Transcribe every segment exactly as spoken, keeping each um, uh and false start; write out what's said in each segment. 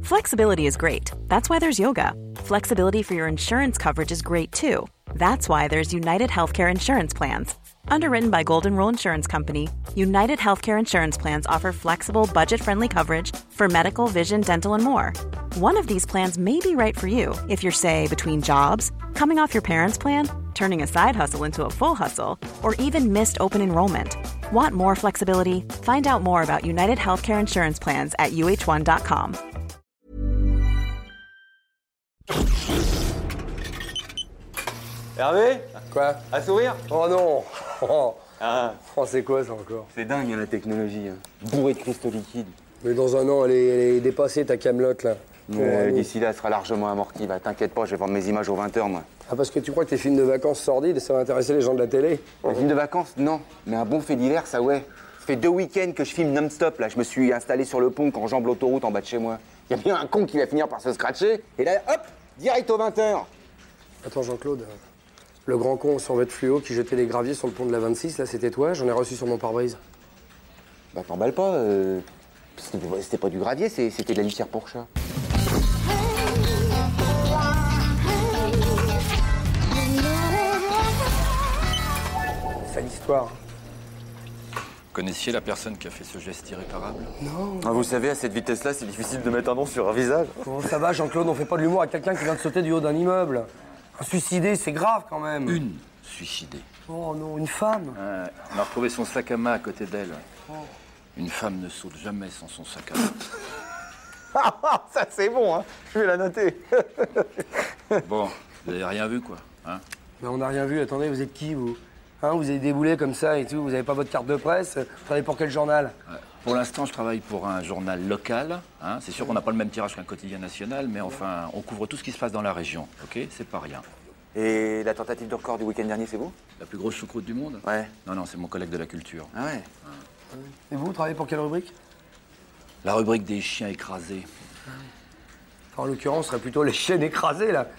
Flexibility is great. That's why there's yoga. Flexibility for your insurance coverage is great too. That's why there's United Healthcare Insurance Plans. Underwritten by Golden Rule Insurance Company, United Healthcare Insurance Plans offer flexible, budget-friendly coverage for medical, vision, dental, and more. One of these plans may be right for you if you're, say, between jobs, coming off your parents' plan, turning a side hustle into a full hustle, or even missed open enrollment. Want more flexibility? Find out more about United Healthcare Insurance Plans at U H one dot com. Hervé? Quoi? À sourire? Oh non. Oh, Ah, oh c'est quoi ça encore? c'est dingue la technologie. Hein. Bourré de cristaux liquides. Mais dans un an, elle est, elle est dépassée ta camelote là. Bon, Euh, d'ici là, elle sera largement amortie. Bah, t'inquiète pas, je vais vendre mes images aux vingt heures, moi. Ah, parce que tu crois que tes films de vacances sordides, ça va intéresser les gens de la télé? Un film de vacances, non. Mais un bon fait divers, ça ouais. Ça fait deux week-ends que je filme non-stop, là. Je me suis installé sur le pont quand j'enjambe l'autoroute en bas de chez moi. Y a bien un con qui va finir par se scratcher. Et là, hop, direct aux vingt heures. Attends, Jean-Claude, euh, le grand con sans vêtements fluo qui jetait les graviers sur le pont de la vingt-six, là, c'était toi? J'en ai reçu sur mon pare-brise. Bah, t'emballes pas. Euh... C'était c'était pas du gravier, c'est- c'était de la litière pour chat. C'est l'histoire. Vous connaissiez la personne qui a fait ce geste irréparable? Non. Ah, vous savez, à cette vitesse-là, c'est difficile de mettre un nom sur un visage. Comment ça va, Jean-Claude? On fait pas de l'humour avec quelqu'un qui vient de sauter du haut d'un immeuble. Un suicidé, c'est grave quand même. Une suicidée. Oh non, une femme. Ouais, on a retrouvé son sac à main à côté d'elle. Une femme ne saute jamais sans son sac à main. Ah, ça, c'est bon, hein. Je vais la noter. Bon, vous avez rien vu, quoi, hein? Mais on n'a rien vu, attendez, vous êtes qui, vous? Hein, vous avez déboulé comme ça et tout, vous avez pas votre carte de presse? Vous travaillez pour quel journal? Ouais. Pour l'instant, je travaille pour un journal local. Hein. C'est sûr qu'on n'a pas le même tirage qu'un quotidien national, mais enfin, on couvre tout ce qui se passe dans la région, ok? C'est pas rien. Et la tentative de record du week-end dernier, c'est vous? La plus grosse choucroute du monde? Ouais. Non, non, c'est mon collègue de la culture. Ah ouais? Et vous, vous travaillez pour quelle rubrique? La rubrique des chiens écrasés. En l'occurrence, ce serait plutôt les chaînes écrasées, là.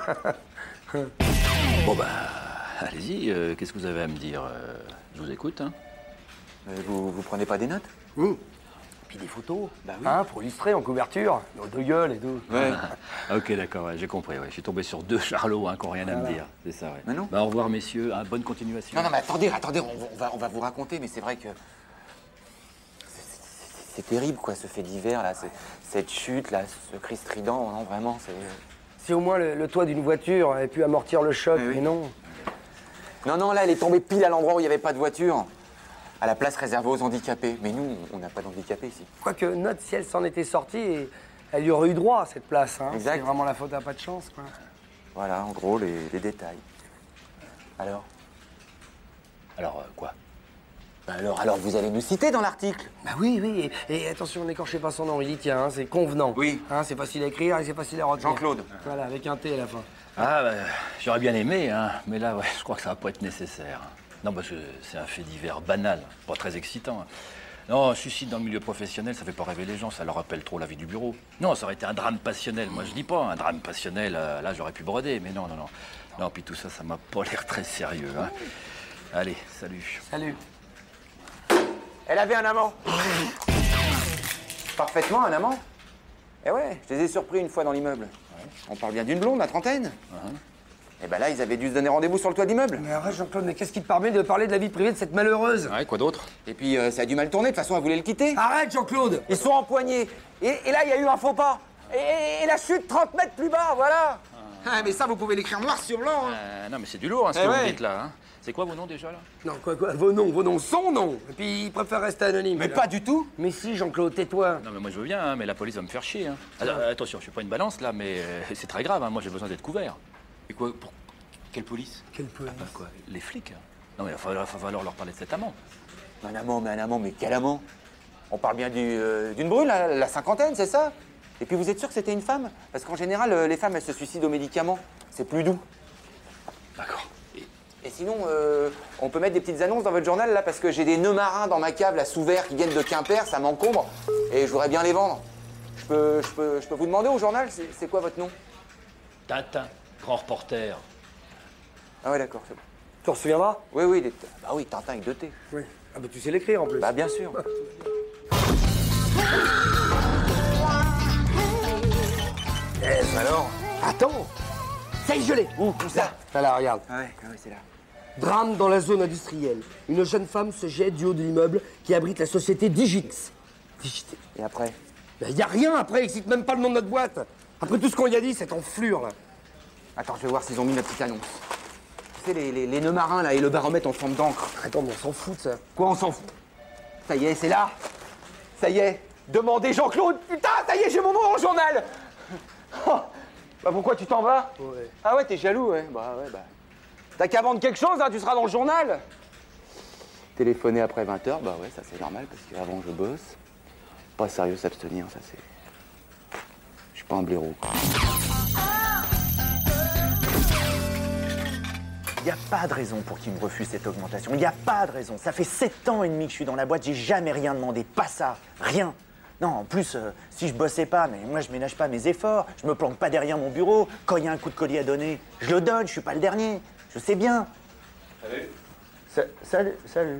Bon, bah, allez-y, euh, qu'est-ce que vous avez à me dire? Euh, Je vous écoute, hein? Euh, Vous, vous prenez pas des notes? Mmh. Puis des photos, Bah oui. hein, pour illustrer en couverture, nos deux gueules et tout. Ouais. Ah, ok, d'accord, ouais, j'ai compris. Ouais. Je suis tombé sur deux charlots hein, qui n'ont rien à me dire. C'est ça, ouais. Mais non. Bah, au revoir, messieurs. Hein, bonne continuation. Non, non, mais attendez, attendez, on, va- on va, on va vous raconter, mais c'est vrai que... c'est- c'est- C'est terrible, quoi, ce fait divers, là, c'est- cette chute, là, ce cri strident, non, vraiment, c'est... Si au moins le, le toit d'une voiture avait pu amortir le choc, Oui, oui. mais non. Non, non, là, elle est tombée pile à l'endroit où il n'y avait pas de voiture, à la place réservée aux handicapés. Mais nous, on n'a pas d'handicapés ici. Quoique, note, si elle s'en était sortie, et elle y aurait eu droit à cette place. Hein. Exact. C'est vraiment la faute à pas de chance, quoi. Voilà, en gros, les, les détails. Alors Alors, euh, quoi? Bah alors, alors, vous allez nous citer dans l'article. Bah oui, oui, et, et attention, n'écorchez pas son nom, il y tient, hein, c'est convenant. Oui. Hein, c'est facile à écrire et c'est facile à retenir. Jean-Claude. Voilà, avec un T à la fin. Ah, bah, j'aurais bien aimé, hein. Mais là, ouais, je crois que ça va pas être nécessaire. Non, parce que c'est un fait divers banal, pas très excitant. Non, un suicide dans le milieu professionnel, ça fait pas rêver les gens, ça leur rappelle trop la vie du bureau. Non, ça aurait été un drame passionnel. Moi, je dis pas, un drame passionnel, euh, là, j'aurais pu broder, mais non, non, non. Non, puis tout ça, ça m'a pas l'air très sérieux, hein. Allez, salut. Salut. Elle avait un amant. Parfaitement, un amant. Eh ouais, je les ai surpris une fois dans l'immeuble. On parle bien d'une blonde, la trentaine. Et ben là, ils avaient dû se donner rendez-vous sur le toit d'immeuble. Mais arrête, Jean-Claude, mais qu'est-ce qui te permet de parler de la vie privée de cette malheureuse? Ouais, quoi d'autre? Et puis, euh, ça a dû mal tourner, de toute façon, elle voulait le quitter. Arrête, Jean-Claude. Ils sont empoignés. Et, et là, il y a eu un faux pas. Et, et la chute trente mètres plus bas, voilà. Ah, mais ça, vous pouvez l'écrire noir sur blanc. Hein. Euh, non, mais c'est du lourd, hein, ce Eh que ouais. vous dites là. Hein. C'est quoi vos noms déjà, là? Non, quoi, quoi, vos noms, vos noms, son nom. Et puis, il préfère rester anonyme. Mais là. pas du tout. Mais si, Jean-Claude, tais-toi. Non, mais moi, je veux bien, hein, mais la police va me faire chier. Hein. Alors, euh, attention, je suis pas une balance, là, mais euh, c'est très grave. Hein. Moi, j'ai besoin d'être couvert. Et quoi? Pour quelle police? Quel police? Bah, quoi? Les flics. hein. Non, mais il va falloir, va falloir leur parler de cet amant. Un amant, mais un amant, mais quel amant? On parle bien du, euh, d'une brûle, la, la cinquantaine, c'est ça? Et puis vous êtes sûr que c'était une femme? Parce qu'en général, euh, les femmes, elles se suicident aux médicaments. C'est plus doux. D'accord. Et Et sinon, euh, on peut mettre des petites annonces dans votre journal, là, parce que j'ai des nœuds marins dans ma cave, là, sous verre, qui viennent de Quimper, ça m'encombre. Et je voudrais bien les vendre. Je peux, je peux, je peux vous demander au journal, c'est, c'est quoi votre nom? Tintin, grand reporter. Ah ouais, d'accord, c'est bon. Tu t'en souviendras? Oui, oui, des- bah oui, Tintin avec deux T. Oui. Ah bah tu sais l'écrire en plus. Bah bien sûr. Alors? Attends. Ça y est, je l'ai. Où? Où ça? Ah là, regarde. Ah ouais, ah ouais, c'est là. Drame dans la zone industrielle. Une jeune femme se jette du haut de l'immeuble qui abrite la société Digix. Digix. Et après? Il n'y a rien après, il cite même pas le nom de notre boîte. Après tout ce qu'on y a dit, cette enflure là. Attends, je vais voir s'ils ont mis ma petite annonce. Tu sais, les, les, les nœuds marins là et le baromètre en forme d'encre. Attends, mais on s'en fout de ça. Quoi, on s'en fout? Ça y est, c'est là. Ça y est. Demandez Jean-Claude. Putain, ça y est, j'ai mon nom dans le journal. Oh. Bah pourquoi tu t'en vas? Ouais. Ah ouais, t'es jaloux, ouais. Bah ouais, bah. T'as qu'à vendre quelque chose, hein, tu seras dans le journal. Téléphoner après vingt heures, bah ouais, ça c'est normal parce qu'avant je bosse. Pas sérieux s'abstenir, ça c'est... Je suis pas un blaireau, quoi. Il n'y a pas de raison pour qu'il me refuse cette augmentation. Il n'y a pas de raison. Ça fait sept ans et demi que je suis dans la boîte, j'ai jamais rien demandé. Pas ça, rien. Non, en plus, euh, si je bossais pas, mais moi je ménage pas mes efforts, je me planque pas derrière mon bureau. Quand il y a un coup de collier à donner, je le donne, je suis pas le dernier. Je sais bien. Salut. Sa- salut, salut.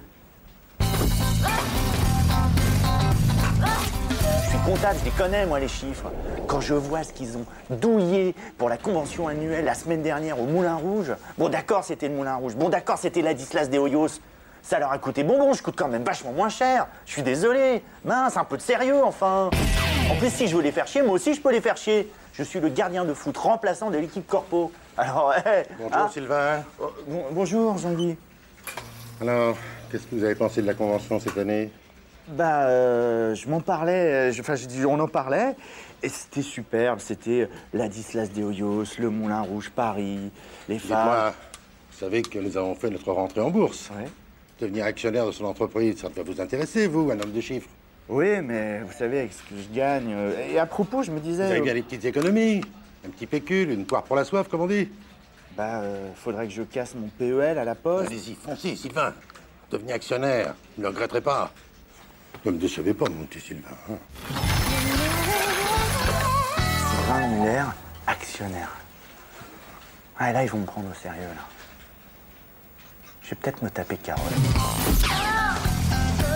Je suis comptable, je les connais, moi, les chiffres. Quand je vois ce qu'ils ont douillé pour la convention annuelle la semaine dernière au Moulin Rouge, bon, d'accord, c'était le Moulin Rouge, bon, d'accord, c'était Ladislas de Hoyos, ça leur a coûté bonbon, je coûte quand même vachement moins cher. Je suis désolé. Mince, un peu de sérieux, enfin. En plus, si je veux les faire chier, moi aussi, je peux les faire chier. Je suis le gardien de foot remplaçant de l'équipe Corpo. Alors, hey, Bonjour hein Sylvain. Oh, bon- bonjour, Jean-Guy. Alors, qu'est-ce que vous avez pensé de la convention cette année? Bah, euh, je m'en parlais, euh, je- enfin, je dis, on en parlait, et c'était superbe. C'était Ladislas de Hoyos, le Moulin Rouge, Paris, les femmes. Dites-moi, vous savez que nous avons fait notre rentrée en bourse. Ouais. Devenir actionnaire de son entreprise, ça doit vous intéresser, vous, un homme de chiffres. Oui, mais vous savez, avec ce que je gagne. euh, Et à propos, je me Vous disais. avez euh, bien les petites économies, un petit pécule, une poire pour la soif, comme on dit. Bah, euh, faudrait que je casse mon P E L à la poste. Allez-y, foncez, Sylvain. Devenez actionnaire, ne le regretterez pas. Ne me décevez pas, mon petit Sylvain. hein. Sylvain Muller, actionnaire. Ah, et là, ils vont me prendre au sérieux, là. Je vais peut-être me taper Carole.